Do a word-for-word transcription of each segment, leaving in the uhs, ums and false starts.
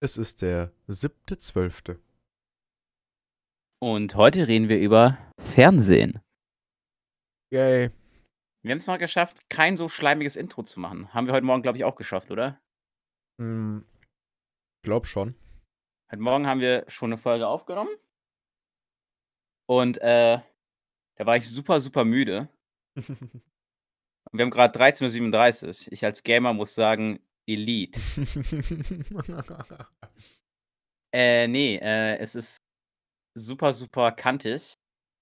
Es ist der siebte zwölfte Und heute reden wir über Fernsehen. Yay. Wir haben es mal geschafft, kein so schleimiges Intro zu machen. Haben wir heute Morgen, glaube ich, auch geschafft, oder? Hm, glaub schon. Heute Morgen haben wir schon eine Folge aufgenommen. Und äh, da war ich super, super müde. Und wir haben gerade dreizehn Uhr siebenunddreißig. Ich als Gamer muss sagen, Elite. Äh, nee, äh, es ist super, super kantig.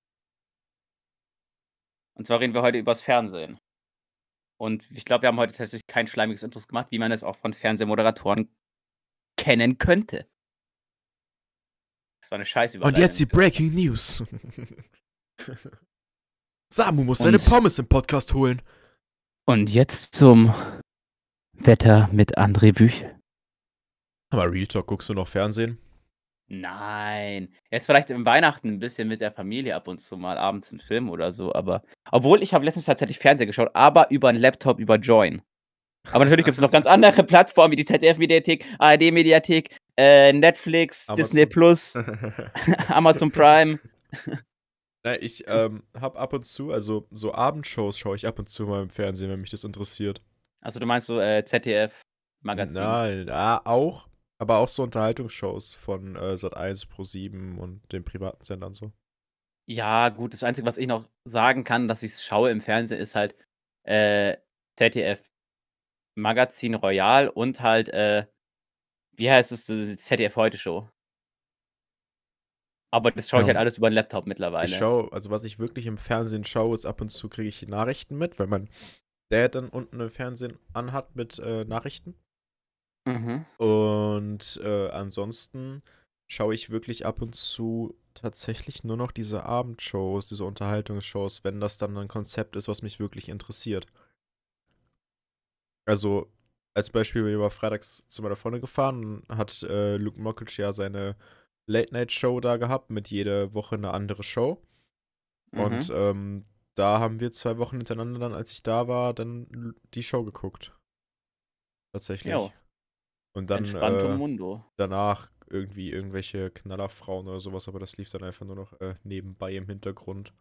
Und zwar reden wir heute übers Fernsehen. Und ich glaube, wir haben heute tatsächlich kein schleimiges Intros gemacht, wie man es auch von Fernsehmoderatoren kennen könnte. Das war eine scheiß Und jetzt die Überleitung. Breaking News. Samu muss seine Und- Pommes im Podcast holen. Und jetzt zum Wetter mit André Büch. Aber Real Talk, guckst du noch Fernsehen? Nein. Jetzt vielleicht im Weihnachten ein bisschen mit der Familie ab und zu mal abends einen Film oder so, aber obwohl ich habe letztens tatsächlich Fernseher geschaut, aber über 'n Laptop über Joyn. Aber natürlich gibt es noch ganz andere Plattformen wie die Z D F-Mediathek, A R D-Mediathek, äh, Netflix, Disney Amazon. Plus, Amazon Prime. Na, ich ähm, hab ab und zu, also so Abendshows schaue ich ab und zu mal im Fernsehen, wenn mich das interessiert. Also, du meinst so, äh, Z D F-Magazin? Nein, ja, auch. Aber auch so Unterhaltungsshows von äh, Sat eins, ProSieben und den privaten Sendern so. Ja, gut, das Einzige, was ich noch sagen kann, dass ich's schaue im Fernsehen, ist halt, äh, Z D F-Magazin Royal und halt, äh, wie heißt es, die Z D F-Heute-Show. Aber das schaue ich Ja. halt alles über 'n Laptop Ich mittlerweile. schaue, also was ich wirklich im Fernsehen schaue, ist ab und zu kriege ich die Nachrichten mit, weil mein Dad dann unten im Fernsehen anhat mit äh, Nachrichten. Mhm. Und äh, ansonsten schaue ich wirklich ab und zu tatsächlich nur noch diese Abendshows, diese Unterhaltungsshows, wenn das dann ein Konzept ist, was mich wirklich interessiert. Also, als Beispiel, wir waren freitags zu meiner Freundin gefahren und hat äh, Luke Mockridge ja seine Late-Night-Show da gehabt, mit jeder Woche eine andere Show. Und Mhm. ähm, da haben wir zwei Wochen hintereinander dann, als ich da war, dann l- die Show geguckt. Tatsächlich. Jo. Und dann Entspannto äh, mundo. danach irgendwie irgendwelche Knallerfrauen oder sowas, aber das lief dann einfach nur noch äh, nebenbei im Hintergrund.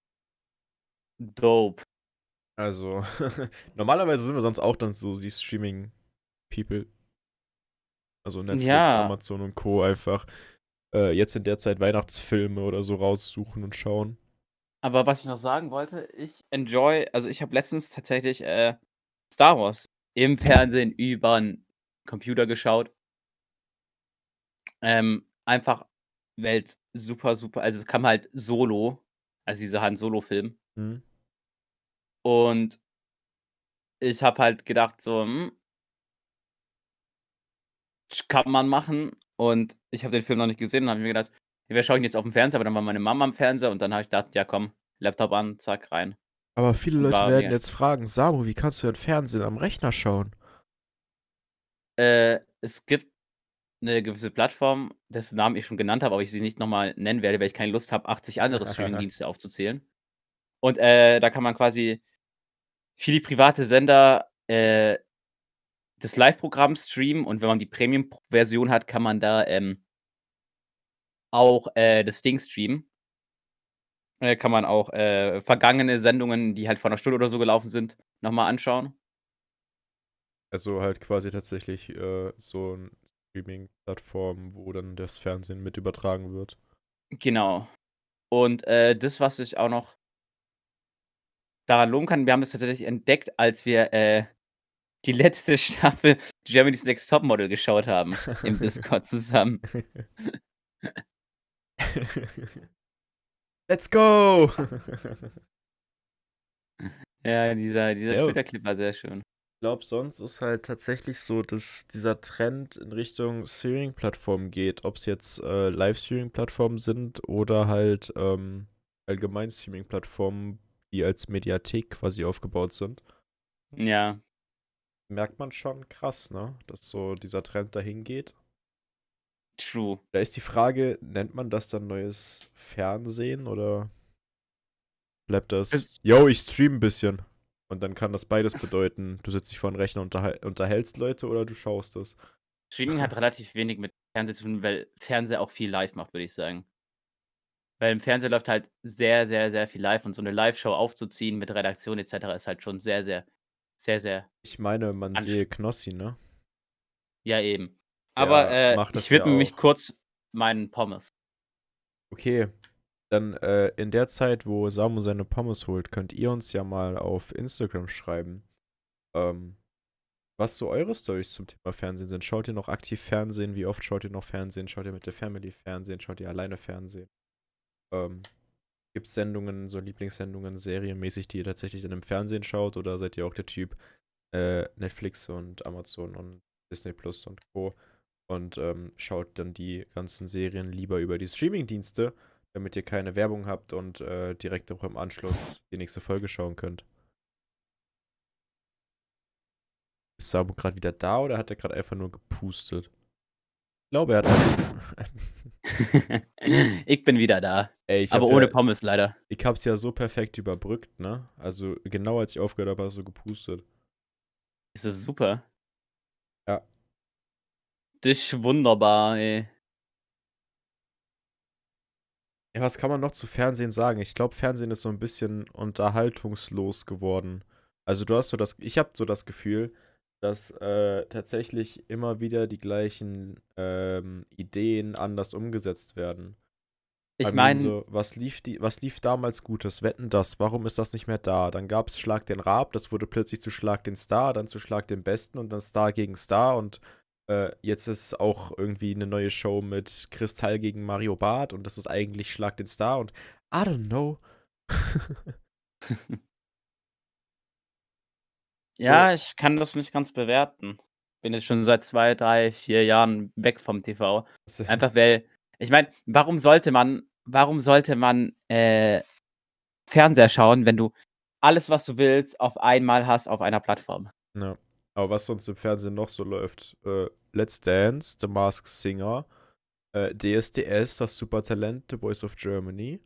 Dope. Also, normalerweise sind wir sonst auch dann so die Streaming-People. Also Netflix, Ja, Amazon und Co. einfach äh, jetzt in der Zeit Weihnachtsfilme oder so raussuchen und schauen. aber was ich noch sagen wollte, ich enjoy also, ich habe letztens tatsächlich, äh, Star Wars im Fernsehen übern Computer geschaut. Ähm, einfach, weil's super, super also, es kam halt Solo, also, dieser Han Solo-Film. Mhm. Und ich habe halt gedacht so: „Hm“ sch kann man machen. Und ich habe den Film noch nicht gesehen und habe mir gedacht: „Ja, wer schaue ich denn jetzt aufm Fernseher?“ Aber dann war meine Mama am Fernseher und dann habe ich gedacht: „Ja komm, Laptop an, zack, rein.“ Aber viele Und Leute war werden mega jetzt fragen, Samu, wie kannst du denn Fernsehen am Rechner schauen? Äh, es gibt 'ne gewisse Plattform, dessen Namen ich schon genannt habe, aber ich sie nicht noch mal nennen werde, weil ich keine Lust habe, achtzig andere Streamingdienste aufzuzählen. Und, äh, da kann man quasi viele private Sender, äh, das Liveprogramm streamen und wenn man die Premium-Version hat, kann man da, ähm auch, äh, das Ding streamen. Äh, kann man auch, äh, vergangene Sendungen, die halt vor 'ner Stunde oder so gelaufen sind, noch mal anschauen. Also halt quasi tatsächlich äh, so 'n Streaming-Plattform, wo dann das Fernsehen mit übertragen wird. Genau. Und, äh, das, was ich auch noch daran loben kann, wir haben das tatsächlich entdeckt, als wir, äh, die letzte Staffel Germany's Next Topmodel geschaut haben im Discord zusammen. Let's go! Ja, dieser dieser Ja. Twitter-Clip war sehr schön. Ich glaube, sonst ist halt tatsächlich so, dass dieser Trend in Richtung Streaming-Plattformen geht. Ob es jetzt äh, Live-Streaming-Plattformen sind oder halt ähm, allgemein Streaming-Plattformen, die als Mediathek quasi aufgebaut sind. Ja. Merkt man schon krass, ne? Dass so dieser Trend dahin geht. True. Da ist die Frage, nennt man das dann neues Fernsehen oder bleibt das, Es yo, ich stream ein bisschen. Und dann kann das beides bedeuten, du sitzt dich vor den Rechner und unterhal unterhältst Leute oder du schaust das. Streaming hat relativ wenig mit Fernsehen zu tun, weil Fernseher auch viel live macht, würde ich sagen. Weil im Fernsehen läuft halt sehr, sehr, sehr viel live und so 'ne Liveshow aufzuziehen mit Redaktion et cetera ist halt schon sehr, sehr, sehr, sehr Ich meine, man sehe anstrengend. Knossi, ne? Ja, eben. Aber, Der äh, macht ich das ja widme mich auch. kurz meinen Pommes. Okay, dann, äh, in der Zeit, wo Samu seine Pommes holt, könnt ihr uns ja mal auf Instagram schreiben, ähm, was so eure Storys zum Thema Fernsehen sind. Schaut ihr noch aktiv Fernsehen? Wie oft schaut ihr noch Fernsehen? Schaut ihr mit der Family Fernsehen? Schaut ihr alleine Fernsehen? Ähm, gibt's Sendungen, so Lieblingssendungen, serienmäßig, die ihr tatsächlich dann im Fernsehen schaut? Oder seid ihr auch der Typ, äh, Netflix und Amazon und Disney Plus und Co. und ähm, schaut dann die ganzen Serien lieber über die Streamingdienste, damit ihr keine Werbung habt und äh, direkt auch im Anschluss die nächste Folge schauen könnt. Ist Sabu gerade wieder da oder hat er gerade einfach nur gepustet? Ich glaube, er hat einfach. Ich bin wieder da, Ey, ich aber hab's ohne ja, Pommes leider. ich hab's ja so perfekt überbrückt, ne? Also genau als ich aufgehört habe, hast du gepustet. Das ist super. Ja. Das ist wunderbar, ey. Ja, was kann man noch zu Fernsehen sagen? Ich glaube, Fernsehen ist so ein bisschen unterhaltungslos geworden. Also du hast so das, ich habe so das Gefühl, dass äh, tatsächlich immer wieder die gleichen ähm, Ideen anders umgesetzt werden. I Ich mean, meine so, was lief die, was lief damals Gutes? Wetten das? Warum ist das nicht mehr da? Dann gab es Schlag den Raab, das wurde plötzlich zu Schlag den Star, dann zu Schlag den Besten und dann Star gegen Star und äh, jetzt ist auch irgendwie eine neue Show mit Kristall gegen Mario Barth und das ist eigentlich Schlag den Star und I don't know. So, ja, ich kann das nicht ganz bewerten. Bin jetzt schon seit zwei, drei, vier Jahren weg vom T V. das- Einfach weil ich meine, warum sollte man warum sollte man, äh, Fernseher schauen, wenn du alles, was du willst, auf einmal hast auf einer Plattform? ja. Aber was sonst im Fernsehen noch so läuft, äh, Let's Dance, The Masked Singer, äh, D S D S, das Supertalent, The Voice of Germany.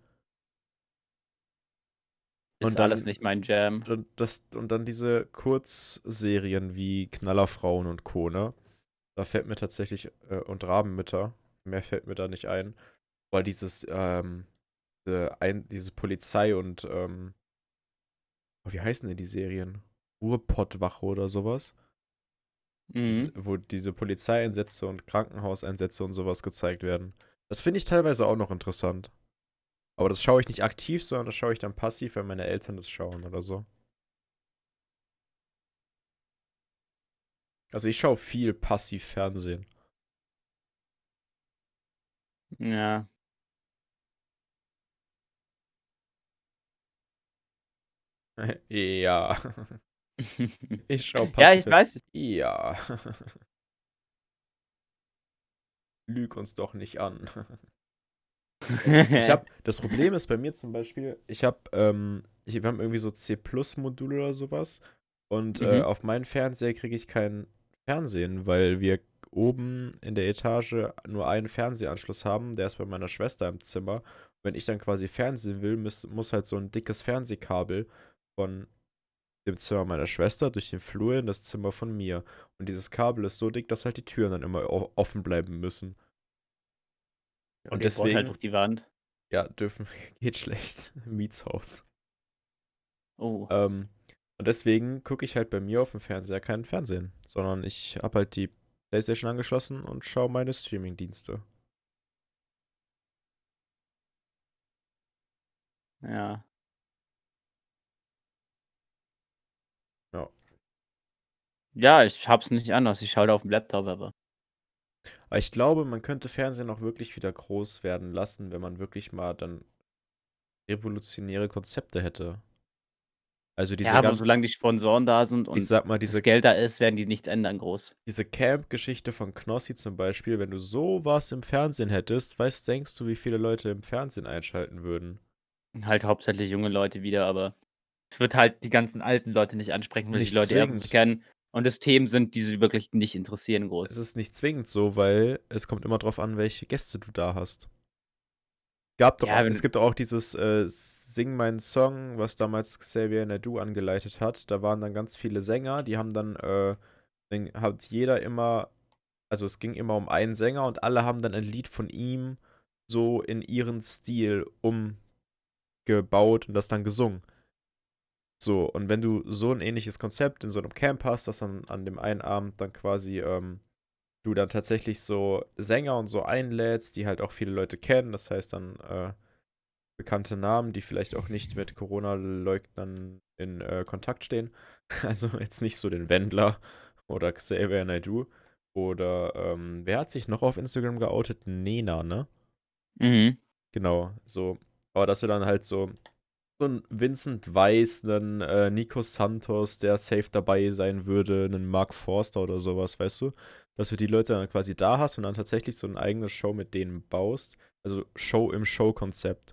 Ist Und alles dann nicht mein Jam. Und das und dann diese Kurzserien wie Knallerfrauen und Co., ne? Da fällt mir tatsächlich äh, und Rabenmütter, mehr fällt mir da nicht ein, weil dieses, ähm, diese, ein, diese Polizei und, ähm, oh, wie heißen denn die Serien? Ruhrpottwache oder sowas? Diese, Mhm. wo diese Polizeieinsätze und Krankenhauseinsätze und sowas gezeigt werden. Das finde ich teilweise auch noch interessant. Aber das schaue ich nicht aktiv, sondern das schaue ich dann passiv, wenn meine Eltern das schauen oder so. Also ich schaue viel passiv Fernsehen. Ja. Ja. Ich schaue Ja, ich passiv. weiß. Ja. Lüg uns doch nicht an. Ich habe, das Problem ist bei mir zum Beispiel, ich habe, ähm, ich, wir haben irgendwie so C Plus-Module oder sowas und äh, Mhm. auf meinen Fernseher kriege ich kein Fernsehen, weil wir oben in der Etage nur einen Fernsehanschluss haben, der ist bei meiner Schwester im Zimmer. Wenn ich dann quasi Fernsehen will, muss, muss halt so ein dickes Fernsehkabel von dem Zimmer meiner Schwester durch den Flur in das Zimmer von mir. Und dieses Kabel ist so dick, dass halt die Türen dann immer o- offen bleiben müssen. Ja, Und oder ihr bohrt halt deswegen, durch die Wand. ja, dürfen, geht schlecht im Mietshaus. Oh, Ähm, und deswegen gucke ich halt bei mir auf dem Fernseher keinen Fernsehen, sondern ich habe halt die PlayStation angeschlossen und schaue meine Streaming-Dienste. ja. Ja. Ja, ich hab's nicht anders. Ich schaue da aufm Laptop, aber Aber ich glaube, man könnte Fernsehen auch wirklich wieder groß werden lassen, wenn man wirklich mal dann revolutionäre Konzepte hätte. Also ja, diese aber ganz, solange die Sponsoren da sind ich und sag mal, das diese Geld da ist, werden die nichts ändern groß. Diese Camp-Geschichte von Knossi zum Beispiel, wenn du sowas im Fernsehen hättest, weißt, denkst du, wie viele Leute im Fernsehen einschalten würden? Halt hauptsächlich junge Leute wieder, aber es wird halt die ganzen alten Leute nicht ansprechen, weil sich die Nicht Leute erst nicht zwingend. kennen und es Themen sind, die sie wirklich nicht interessieren Es groß. ist nicht zwingend so, weil es kommt immer drauf an, welche Gäste du da hast. Gab doch, Ja, es wenn gibt auch dieses äh, Sing meinen Song, was damals Xavier Naidoo angeleitet hat. Da waren dann ganz viele Sänger, die haben dann, äh, dann hat jeder immer also es ging immer um einen Sänger und alle haben dann ein Lied von ihm so in ihren Stil umgebaut und das dann gesungen. So, und wenn du so ein ähnliches Konzept in so einem Camp hast, dass dann an dem einen Abend dann quasi ähm, du dann tatsächlich so Sänger und so einlädst, die halt auch viele Leute kennen, das heißt dann äh, bekannte Namen, die vielleicht auch nicht mit Corona-Leugnern in äh, Kontakt stehen. Also jetzt nicht so den Wendler oder Xavier Naidoo. Oder ähm, wer hat sich noch auf Instagram geoutet? Nena, ne? Mhm. Genau, so. Aber dass du dann halt so, so einen Vincent Weiss, einen äh, Nico Santos, der safe dabei sein würde, einen Mark Forster oder sowas, weißt du? Dass du die Leute dann quasi da hast und dann tatsächlich so eine eigene Show mit denen baust. Also Show im Show-Konzept.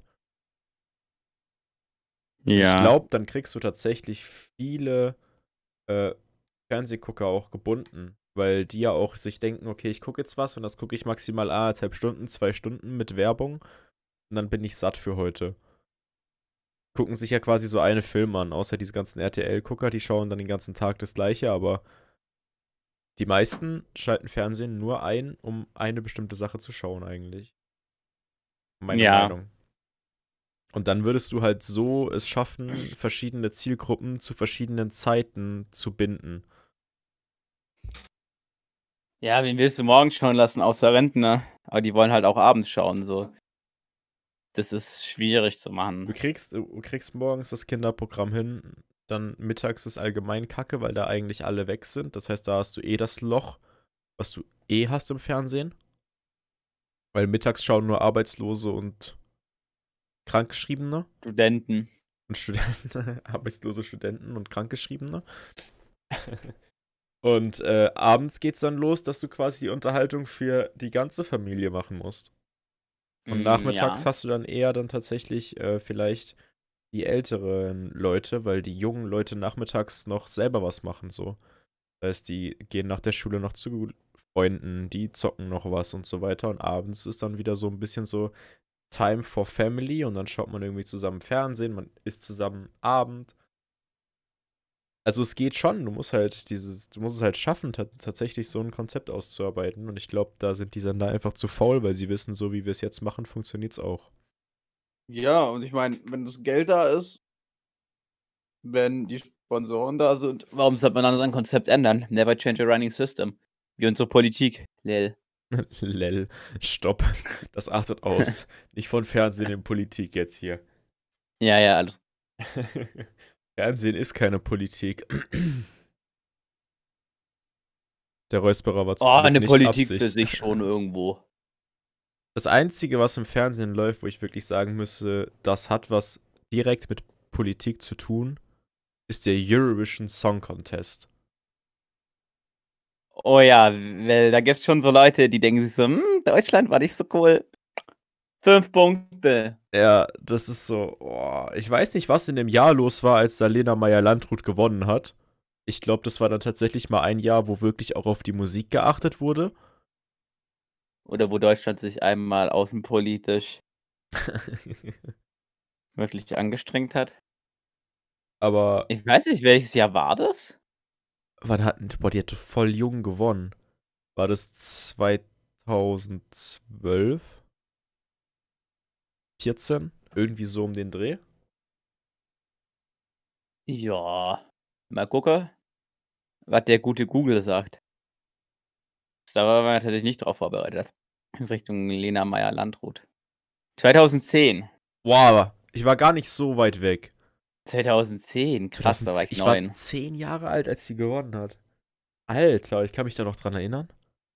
Und ich Ja. glaube, dann kriegst du tatsächlich viele äh, Fernsehgucker auch gebunden, weil die ja auch sich denken, okay, ich gucke jetzt was und das gucke ich maximal anderthalb Stunden, zwei Stunden mit Werbung und dann bin ich satt für heute. Gucken sich ja quasi so eine Film an, außer diese ganzen R T L-Gucker, die schauen dann den ganzen Tag das Gleiche, aber die meisten schalten Fernsehen nur ein, um eine bestimmte Sache zu schauen eigentlich. Meine Ja. Meinung. Und dann würdest du halt so es schaffen, verschiedene Zielgruppen zu verschiedenen Zeiten zu binden. Ja, wen willst du morgens schauen lassen, außer Rentner? Aber die wollen halt auch abends schauen, so. Das ist schwierig zu machen. Du kriegst, du kriegst morgens das Kinderprogramm hin, dann mittags ist allgemein Kacke, weil da eigentlich alle weg sind. Das heißt, da hast du eh das Loch, was du eh hast im Fernsehen. Weil mittags schauen nur Arbeitslose und Krankgeschriebene Studenten. und Studenten, arbeitslose Studenten und Krankgeschriebene. Und äh, abends geht's dann los, dass du quasi die Unterhaltung für die ganze Familie machen musst. Und Hm, nachmittags ja. hast du dann eher dann tatsächlich äh, vielleicht die älteren Leute, weil die jungen Leute nachmittags noch selber was machen, so. Das heißt, die gehen nach der Schule noch zu Freunden, die zocken noch was und so weiter. Und abends ist dann wieder so ein bisschen so Time for Family und dann schaut man irgendwie zusammen Fernsehen, man isst zusammen Abend. Also es geht schon, du musst halt dieses, du musst es halt schaffen, ta tatsächlich so ein Konzept auszuarbeiten. Und ich glaube, da sind die Sender einfach zu faul, weil sie wissen, so wie wir es jetzt machen, funktioniert's auch. Ja, und ich meine, wenn das Geld da ist, wenn die Sponsoren da sind. Warum sollte man dann sein Konzept ändern? Never change a running system. Wie unsere Politik. Lel. Lel, stopp. Das achtet aus. Nicht von Fernsehen in Politik jetzt hier. Ja, ja, alles. Fernsehen ist keine Politik. Der Räusperer war zum Oh, Glück eine nicht Politik für Absicht. sich schon irgendwo. Das Einzige, was im Fernsehen läuft, wo ich wirklich sagen müsste, das hat was direkt mit Politik zu tun, ist der Eurovision Song Contest. Oh ja, weil da gibt's schon so Leute, die denken sich so: „Hm, Deutschland war nicht so cool. fünf Punkte." Ja, das ist so, oh, ich weiß nicht, was in dem Jahr los war, als da Lena Meyer-Landrut gewonnen hat. Ich glaube, das war dann tatsächlich mal ein Jahr, wo wirklich auch auf die Musik geachtet wurde. Oder wo Deutschland sich einmal außenpolitisch wirklich angestrengt hat. Aber Ich weiß nicht, welches Jahr war das? wann hatten, boah, die hat doch voll jung gewonnen. War das zweitausendzwölf? vierzehn? Irgendwie so um den Dreh? Ja, mal gucken, was der gute Google sagt. Da waren wir natürlich nicht drauf vorbereitet, das Richtung Lena Meyer-Landrut. zweitausendzehn. Wow, ich war gar nicht so weit weg. zweitausendzehn, krass, da war zweitausendzehn, ich ich war neun. zehn Jahre alt, als sie gewonnen hat. Alter, ich kann mich da noch dran erinnern.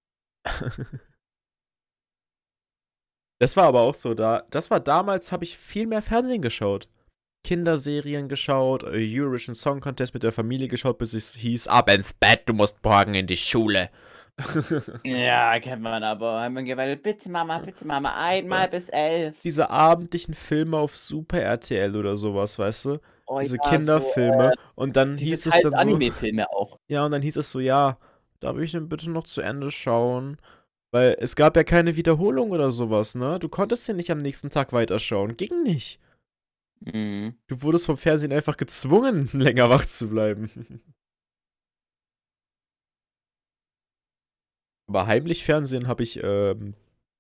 Das war aber auch so, da, das war damals, habe ich viel mehr Fernsehen geschaut. Kinderserien geschaut, äh, Eurovision Song Contest mit der Familie geschaut, bis es hieß, ab ins Bett, du musst morgen in die Schule. Ja, kennt man aber. Haben wir gewählt, bitte Mama, bitte Mama, einmal bis elf. Diese abendlichen Filme auf Super R T L oder sowas, weißt du? Oh Diese ja, so, Kinderfilme. äh, Und dann diese hieß es teils dann so, Anime-Filme auch. ja, und dann hieß es so, ja, darf ich denn bitte noch zu Ende schauen? Weil es gab ja keine Wiederholung oder sowas, ne? Du konntest ja nicht am nächsten Tag weiterschauen. Ging nicht. Mhm. Du wurdest vom Fernsehen einfach gezwungen, länger wach zu bleiben. Aber heimlich Fernsehen habe ich, ähm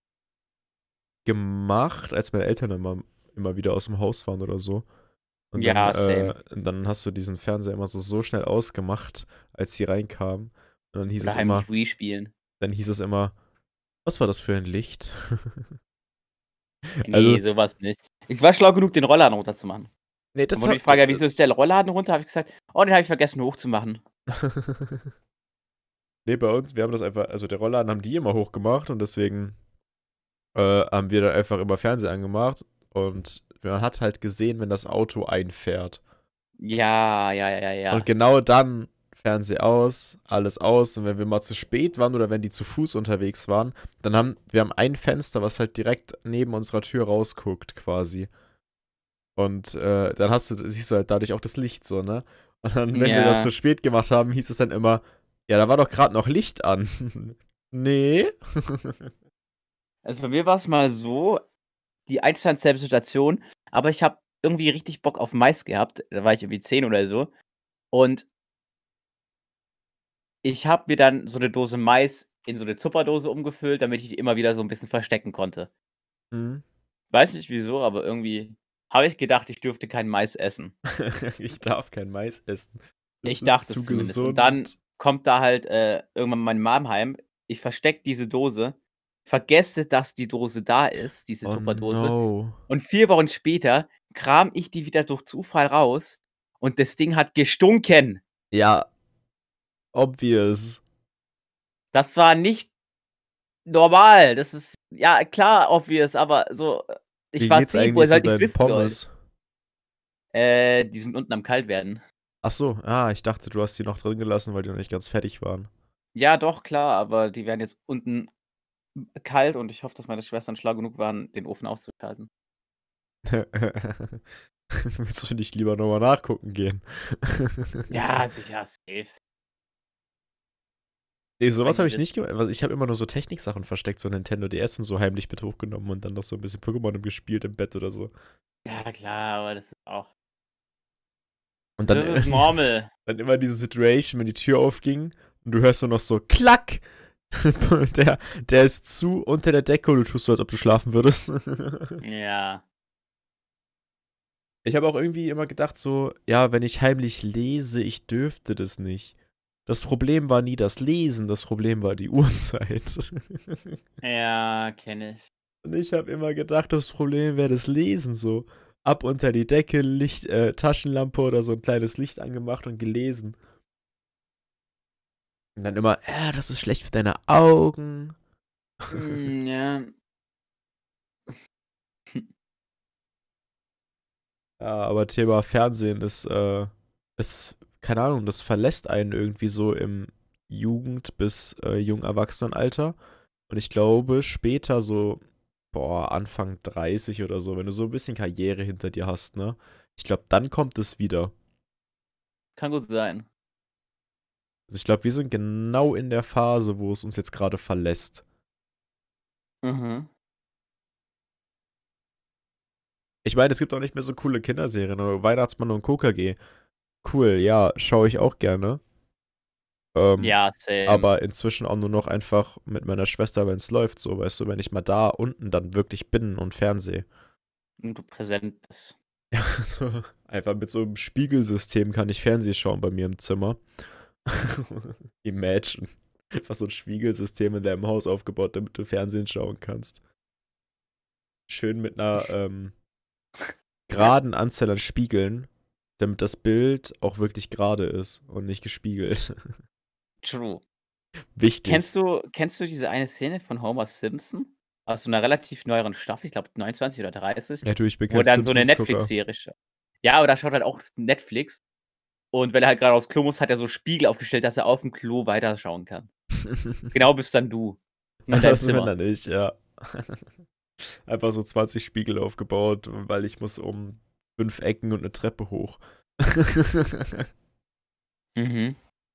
gemacht, als meine Eltern immer immer wieder aus'm Haus waren oder so. Und dann, Ja, äh same. dann hast du diesen Fernseher immer so so schnell ausgemacht, als sie reinkamen. Und dann hieß Oder es immer heimlich Wii spielen. dann hieß es immer: „Was war das für ein Licht?“ Also Ne, so was nicht. Ich war schlau genug, den Rollladen runterzumachen. ne, Dann das wurde ha die Frage: „Ja, wieso ist das der Rollladen runter?“ Habe ich gesagt: „Oh, den habe ich vergessen hochzumachen.“ Ne, bei uns wir haben das einfach also, der Rollladen haben die immer hochgemacht und deswegen, äh, haben wir dann einfach immer Fernseher angemacht und man hat halt gesehen, wenn das Auto einfährt. Ja, ja, ja, Und ja. genau dann Fernseher aus, alles aus und wenn wir mal zu spät waren oder wenn die zu Fuß unterwegs waren, dann haben wir haben ein Fenster, was halt direkt neben unserer Tür rausguckt quasi. Und, äh, dann hast du siehst du halt dadurch auch das Licht so, ne? Und dann, wenn wir das zu Ja. spät gemacht haben, hieß es dann immer: „Ja, da war doch grad noch Licht an.“ „Ne?“ Also, bei mir war's mal so, die eins zu eins selbe Situation, aber ich habe irgendwie richtig Bock auf Mais gehabt. Da war ich irgendwie zehn oder so. Und ich habe mir dann so 'ne Dose Mais in so 'ne Tupperdose umgefüllt, damit ich die immer wieder so 'n bisschen verstecken konnte. Mhm. Weiß nicht wieso, aber irgendwie habe ich gedacht, ich dürfte keinen Mais essen. Ich darf kein Mais essen. Das Ich ist dachte es zu zumindest. Und dann gesund. kommt da halt, äh, irgendwann meine Mom heim. Ich verstecke diese Dose, vergesse, dass die Dose da ist, diese Oh Tupperdose. no. Und vier Wochen später krame ich die wieder durch Zufall raus und das Ding hat gestunken. Ja. Obvious. Das war nicht normal. Das ist ja klar obvious, aber so äh, ich Wie war geht's zehn, woher eigentlich soll so ich es deinen wissen sollen? Pommes? Äh, die sind unten am Kalt-werden. Ach so, ah, ich dachte, du hast die noch drin gelassen, weil die noch nicht ganz fertig waren. Ja, doch, klar, aber die werden jetzt unten m kalt und ich hoffe, dass meine Schwestern schlau genug waren, den Ofen auszuschalten. Willst du nicht lieber noch mal nachgucken gehen? Ja, sicher, safe. Ne, so Weil was habe die ich nicht wissen gema also, ich habe immer nur so Techniksachen versteckt, so Nintendo DS und so heimlich mit hochgenommen und dann noch so 'n bisschen Pokémon gespielt im Bett oder so. Ja klar, aber das ist auch Und dann das ist normal. dann immer diese Situation, wenn die Tür aufging und du hörst nur noch so Klack. Der der ist zu unter der Decke und du tust so, als ob du schlafen würdest. Ja. Ich habe auch irgendwie immer gedacht so: „Ja, wenn ich heimlich lese, ich dürfte das nicht.“ Das Problem war nie das Lesen, das Problem war die Uhrzeit. Ja, kenne ich. Und ich habe immer gedacht, das Problem wäre das Lesen so. Ab unter die Decke, Licht äh, Taschenlampe oder so 'n kleines Licht angemacht und gelesen. Und dann immer: „Ja, das ist schlecht für deine Augen.“ Hm, ja. Ja, aber Thema Fernsehen ist, äh ist keine Ahnung, das verlässt einen irgendwie so im Jugend bis, äh, Jungerwachsenenalter. Und ich glaube, später so, boah, Anfang dreißig oder so, wenn du so 'n bisschen Karriere hinter dir hast, ne? Ich glaube, dann kommt es wieder. Kann gut sein. Also, ich glaube, wir sind genau in der Phase, wo es uns jetzt grade verlässt. Mhm. Ich meine, es gibt auch nicht mehr so coole Kinderserien, aber Weihnachtsmann und Co. KG. Cool, ja, schaue ich auch gerne. Ähm, Ja, same. aber inzwischen auch nur noch einfach mit meiner Schwester, wenn's läuft, so, weißt du, wenn ich mal da unten dann wirklich bin und Fernseh. Und du präsent bist. Ja, so einfach mit so 'nem Spiegelsystem kann ich Fernseh schauen bei mir im Zimmer. Imagine. Einfach so 'n Spiegelsystem in deinem Haus aufgebaut, damit du Fernsehen schauen kannst. Schön mit 'ner, ähm geraden Anzahl an Spiegeln, damit das Bild auch wirklich gerade ist und nicht gespiegelt. True. Wichtig. Kennst du kennst du diese eine Szene von Homer Simpson aus so 'ner relativ neueren Staffel, ich glaube neunundzwanzig oder dreißig, Ja, du, ich bin wo er kein dann so 'ne Simpsons-Gucker. Netflix-Serie scha ja, aber da schaut halt auch s Netflix und wenn er halt grade aufs Klo muss, hat er so Spiegel aufgestellt, dass er aufm Klo weiterschauen kann. Genau bist dann du, nur in deinem Das bin Zimmer. dann ich, ja. Einfach so zwanzig Spiegel aufgebaut, weil ich muss um fünf Ecken und 'ne Treppe hoch. Mhm.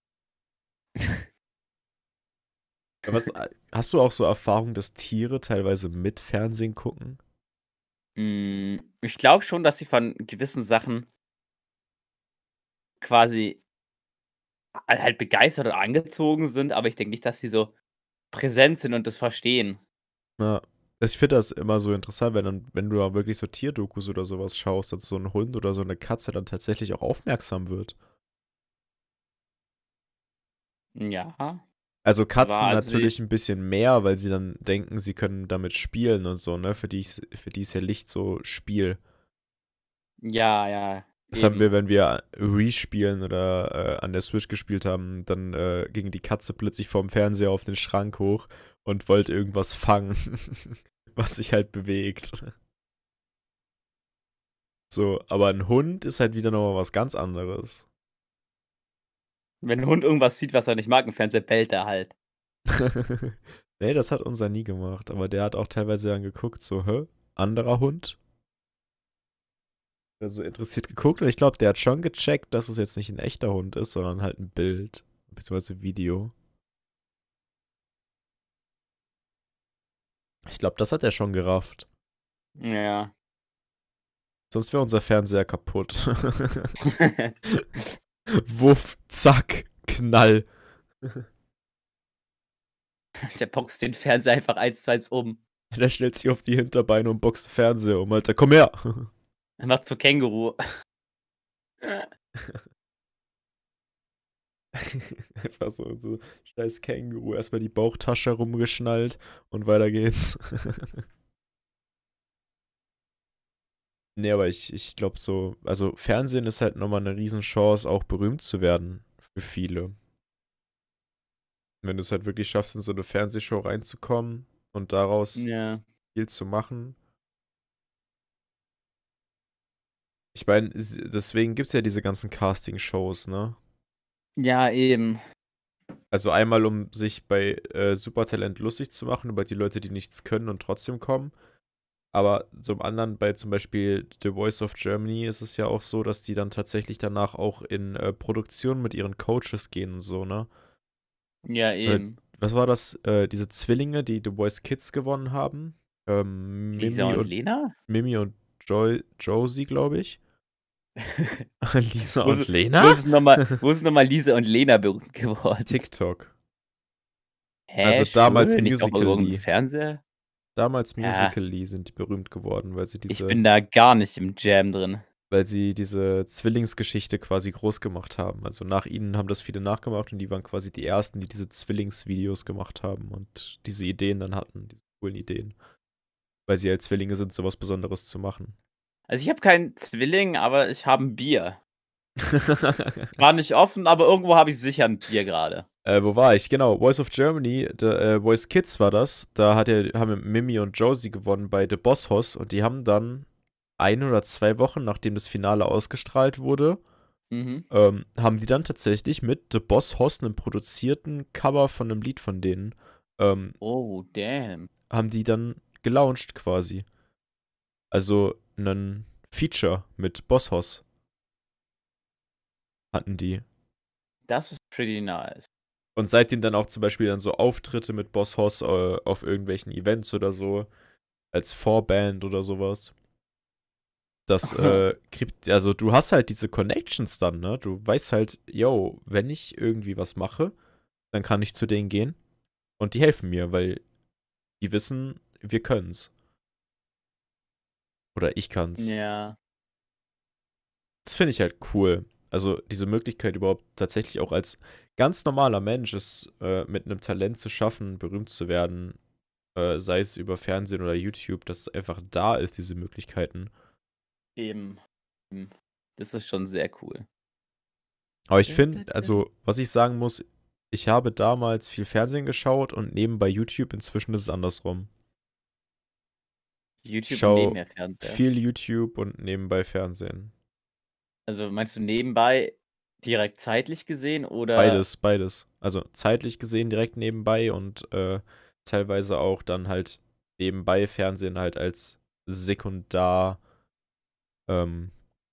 Was a hast du auch so Erfahrung, dass Tiere teilweise mit Fernsehen gucken? Hm, ich glaube schon, dass sie von gewissen Sachen quasi ha halt begeistert oder angezogen sind, aber ich denke nicht, dass sie so präsent sind und das verstehen. Ja. Also, ich finde das immer so interessant, wenn dann wenn du da wirklich so Tierdokus oder so was schaust, dass so 'n Hund oder so 'ne Katze dann tatsächlich auch aufmerksam wird. Ja. Also, Aber Katzen also die natürlich 'n bisschen mehr, weil sie dann denken, sie können damit spielen und so, ne? Für die ist für die ist ja Licht so Spiel. Ja, ja, Das haben eben. wir, wenn wir Wii spielen oder, äh, an der Switch gespielt haben, dann, äh, ging die Katze plötzlich vorm Fernseher auf den Schrank hoch und wollte irgendwas fangen, was sich halt bewegt. So, aber 'n Hund ist halt wieder noch mal was ganz anderes. Wenn 'n Hund irgendwas sieht, was er nicht mag im Fernseher, bellt er halt. Ne, das hat unser nie gemacht, aber der hat auch teilweise dann geguckt, so: „Hä, anderer Hund?“ Dann so interessiert geguckt und ich glaube, der hat schon gecheckt, dass es jetzt nicht 'n echter Hund ist, sondern halt 'n Bild beziehungsweise Video. Ich glaube, das hat er schon gerafft. Ja. Sonst wäre unser Fernseher kaputt. Wuff, zack, Knall. Der boxt den Fernseher einfach eins zu eins um. Der stellt sich auf die Hinterbeine und boxt den Fernseher um, Alter. „Komm her!“ Er macht so Känguru. Einfach so so scheiß Känguru, erst mal die Bauchtasche rumgeschnallt und weiter geht's. Ne, aber ich ich glaube so also, Fernsehen ist halt noch mal 'ne Riesenchance, auch berühmt zu werden für viele. Wenn du's halt wirklich schaffst, in so 'ne Fernsehshow reinzukommen und daraus Ja. viel zu machen. Ich meine, s deswegen gibt's ja diese ganzen Castingshows, ne? Ja, eben. Also, einmal, um sich bei, äh, Supertalent lustig zu machen über die Leute, die nichts können und trotzdem kommen. Aber zum anderen bei zum Beispiel The Voice of Germany ist es ja auch so, dass die dann tatsächlich danach auch in, äh, Produktion mit ihren Coaches gehen und so, ne? Ja, Äh, eben. was war das? Äh, diese Zwillinge, die The Voice Kids gewonnen haben? Ähm, Lisa Mimi und und Lena? Mimi und Joy Josie, glaube ich. Lisa Wo und si wo Lena? sind noch mal wo sind noch mal Lisa und Lena berühmt geworden? TikTok. Hä, Also, damals schwöre? Nicht auch irgend im Musical.ly. Fernseher? Damals Ja. Musical.ly sind die berühmt geworden, weil sie Ich diese bin da gar nicht im Jam drin. weil sie diese Zwillingsgeschichte quasi groß gemacht haben. Also, nach ihnen haben das viele nachgemacht und die waren quasi die Ersten, die diese Zwillingsvideos gemacht haben und diese Ideen dann hatten, diese coolen Ideen. Weil sie halt Zwillinge sind, so was Besonderes zu machen. Also, ich habe keinen Zwilling, aber ich habe 'n Bier. Zwar nicht offen, aber irgendwo habe ich sicher 'n Bier grade. Äh, wo war ich? Genau, Voice of Germany, da, äh Voice Kids war das. Da hat ja haben Mimi und Josie gewonnen bei The Boss Hoss und die haben dann ein oder zwei Wochen, nachdem das Finale ausgestrahlt wurde, Mhm. ähm, haben die dann tatsächlich mit The Boss Hoss, 'nem produzierten Cover von 'nem Lied von denen, ähm Oh, damn. haben die dann gelauncht quasi. Also, 'nen Feature mit Boss Hoss. Hatten die. Das ist pretty nice. Und seitdem dann auch zum Beispiel dann so Auftritte mit Boss Hoss, äh, auf irgendwelchen Events oder so, als Vorband oder so was. Das, äh, kriegt also, du hast halt diese Connections dann, ne? Du weißt halt: „Yo, wenn ich irgendwie was mache, dann kann ich zu denen gehen und die helfen mir, weil die wissen, wir können's.“ Oder ich kann's. Ja. Das finde ich halt cool. Also, diese Möglichkeit überhaupt tatsächlich auch als ganz normaler Mensch es, äh, mit 'nem Talent zu schaffen, berühmt zu werden, äh, sei es über Fernsehen oder YouTube, dass es einfach da ist, diese Möglichkeiten. Eben. Hm. Das ist schon sehr cool. Aber ich finde also, was ich sagen muss, ich habe damals viel Fernsehen geschaut und nebenbei YouTube, inzwischen ist es andersrum. Ich YouTube und schaue nebenher Fernseher? viel YouTube und nebenbei Fernsehen. Also, meinst du nebenbei direkt zeitlich gesehen oder Beides, beides. Also, zeitlich gesehen direkt nebenbei und, äh, teilweise auch dann halt nebenbei Fernsehen halt als Sekundar ähm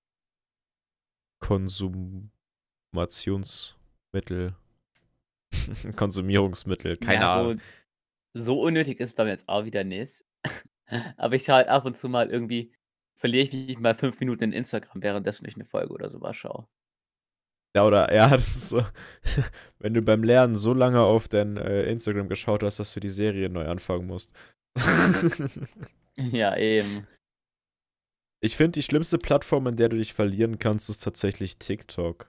Konsumationsmittel. Konsumierungsmittel, keine Ja, Ahnung. so so unnötig ist bei mir jetzt auch wieder nicht. Aber ich schaue halt ab und zu mal irgendwie verliere ich mich mal fünf Minuten in Instagram, währenddessen ich 'ne Folge oder so was schaue. Ja, oder ja, das ist so, wenn du beim Lernen so lange auf dein äh, Instagram geschaut hast, dass du die Serie neu anfangen musst. Ja, eben. Ich finde, die schlimmste Plattform, in der du dich verlieren kannst, ist tatsächlich TikTok.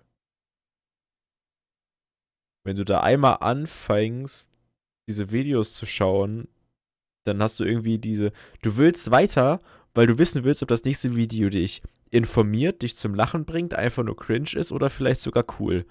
Wenn du da einmal anfängst, diese Videos zu schauen, dann hast du irgendwie diese. Du willst weiter, weil du wissen willst, ob das nächste Video dich informiert, dich zum Lachen bringt, einfach nur cringe ist oder vielleicht sogar cool.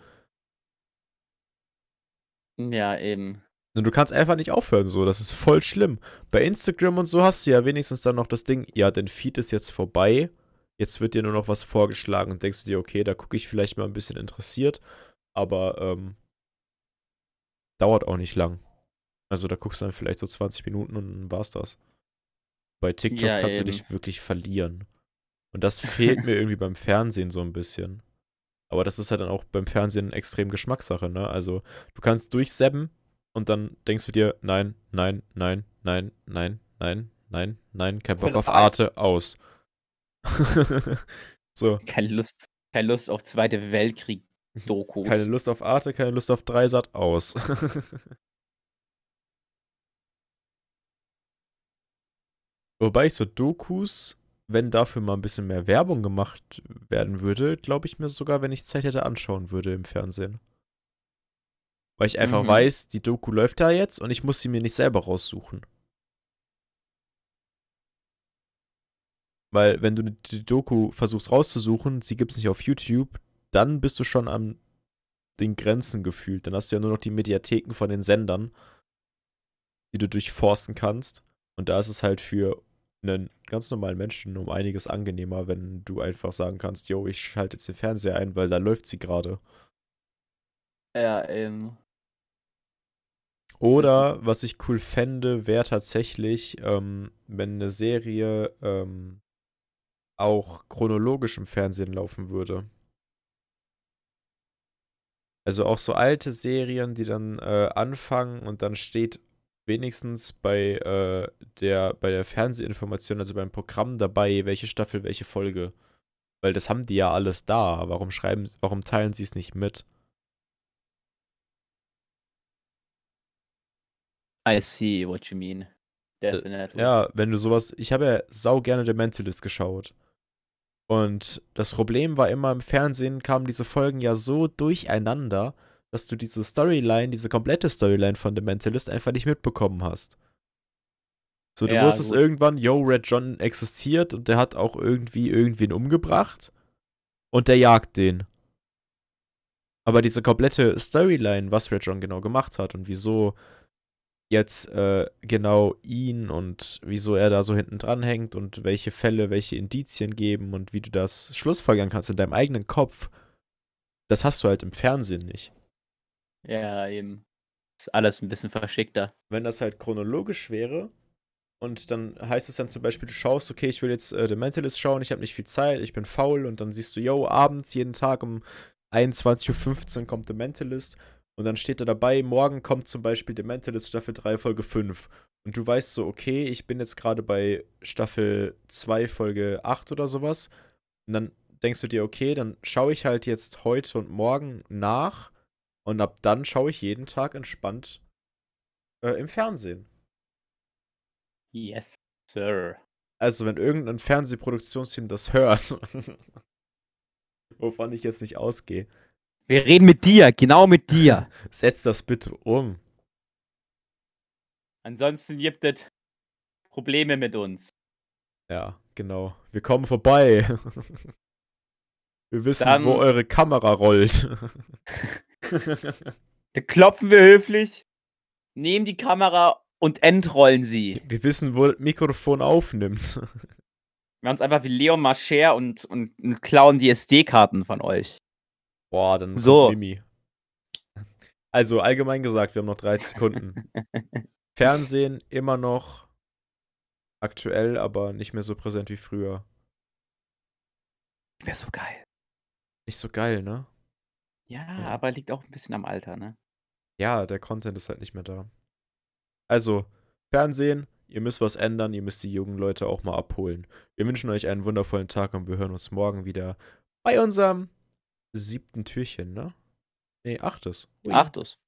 Ja, eben. Und du kannst einfach nicht aufhören so, das ist voll schlimm. Bei Instagram und so hast du ja wenigstens dann noch das Ding, ja, dein Feed ist jetzt vorbei, jetzt wird dir nur noch was vorgeschlagen und denkst du dir, okay, da gucke ich vielleicht mal ein bisschen interessiert, aber ähm, dauert auch nicht lang. Also da guckst du dann vielleicht so zwanzig Minuten und dann war's das. Bei TikTok Ja, kannst du eben. dich wirklich verlieren. Und das fehlt mir irgendwie beim Fernsehen so ein bisschen. Aber das ist halt dann auch beim Fernsehen extrem Geschmackssache, ne? Also, du kannst durchsebben und dann denkst du dir, nein, nein, nein, nein, nein, nein, nein, nein, kein Bock auf Drei. Arte, aus. So, Keine Lust, keine Lust auf Zweite keine Weltkrieg-Dokus. Lust auf Arte, keine Lust auf Dreisat, aus. Wobei ich so Dokus, wenn dafür mal ein bisschen mehr Werbung gemacht werden würde, glaube ich mir sogar, wenn ich Zeit hätte, anschauen würde im Fernsehen. Weil ich einfach Mhm. weiß, die Doku läuft da jetzt und ich muss sie mir nicht selber raussuchen. Weil wenn du die Doku versuchst rauszusuchen, sie gibt's nicht auf YouTube, dann bist du schon an den Grenzen gefühlt. Dann hast du ja nur noch die Mediatheken von den Sendern, die du durchforsten kannst. Und da ist es halt für einen ganz normalen Menschen um einiges angenehmer, wenn du einfach sagen kannst, yo, ich schalte jetzt den Fernseher ein, weil da läuft sie gerade. Ja, eben. Oder, was ich cool fände, wäre tatsächlich, ähm, wenn eine Serie ähm, auch chronologisch im Fernsehen laufen würde. Also auch so alte Serien, die dann äh, anfangen und dann steht wenigstens bei, äh, der, bei der Fernsehinformation, also beim Programm dabei, welche Staffel, welche Folge. Weil das haben die ja alles da. Warum schreiben, warum teilen sie es nicht mit? I see what you mean. Äh, Definitely. Ja, wenn du sowas. Ich habe ja sau gerne The Mentalist geschaut. Und das Problem war immer, im Fernsehen kamen diese Folgen ja so durcheinander, dass du diese Storyline, diese komplette Storyline von The Mentalist einfach nicht mitbekommen hast. So, du Ja, wusstest gut. irgendwann, yo, Red John existiert und der hat auch irgendwie irgendwen umgebracht und der jagt den. Aber diese komplette Storyline, was Red John genau gemacht hat und wieso jetzt äh, genau ihn und wieso er da so hinten dran hängt und welche Fälle, welche Indizien geben und wie du das schlussfolgern kannst in deinem eigenen Kopf, das hast du halt im Fernsehen nicht. Ja, eben. Ist alles ein bisschen verschickter. Wenn das halt chronologisch wäre und dann heißt es dann zum Beispiel, du schaust, okay, ich will jetzt äh, The Mentalist schauen, ich habe nicht viel Zeit, ich bin faul und dann siehst du, yo, abends jeden Tag um einundzwanzig Uhr fünfzehn kommt The Mentalist und dann steht da dabei, morgen kommt zum Beispiel The Mentalist Staffel drei, Folge fünf. Und du weißt so, okay, ich bin jetzt gerade bei Staffel zwei, Folge acht oder sowas. Und dann denkst du dir, okay, dann schaue ich halt jetzt heute und morgen nach und ab dann schaue ich jeden Tag entspannt äh, im Fernsehen. Yes, sir. Also, wenn irgendein Fernsehproduktionsteam das hört, wovon ich jetzt nicht ausgehe, Wir reden mit dir, genau mit dir. setzt das bitte um. Ansonsten gibt es Probleme mit uns. Ja, genau. Wir kommen vorbei. Wir wissen, wo Dann eure Kamera rollt. da klopfen wir höflich, nehmen die Kamera und entrollen sie. Wir wissen, wo das Mikrofon aufnimmt. Wir machen uns einfach wie Leon Mascher und, und, und klauen die S D-Karten von euch. Boah, dann kommt So. Mimi. Also, allgemein gesagt, wir haben noch dreißig Sekunden. Fernsehen immer noch aktuell, aber nicht mehr so präsent wie früher. Wäre so geil. Nicht so geil, ne? Ja, Ja. aber liegt auch ein bisschen am Alter, ne? Ja, der Content ist halt nicht mehr da. Also, Fernsehen, ihr müsst was ändern, ihr müsst die jungen Leute auch mal abholen. Wir wünschen euch einen wundervollen Tag und wir hören uns morgen wieder bei unserem siebten Türchen, ne? Nee, achtes. Ui. Achtes.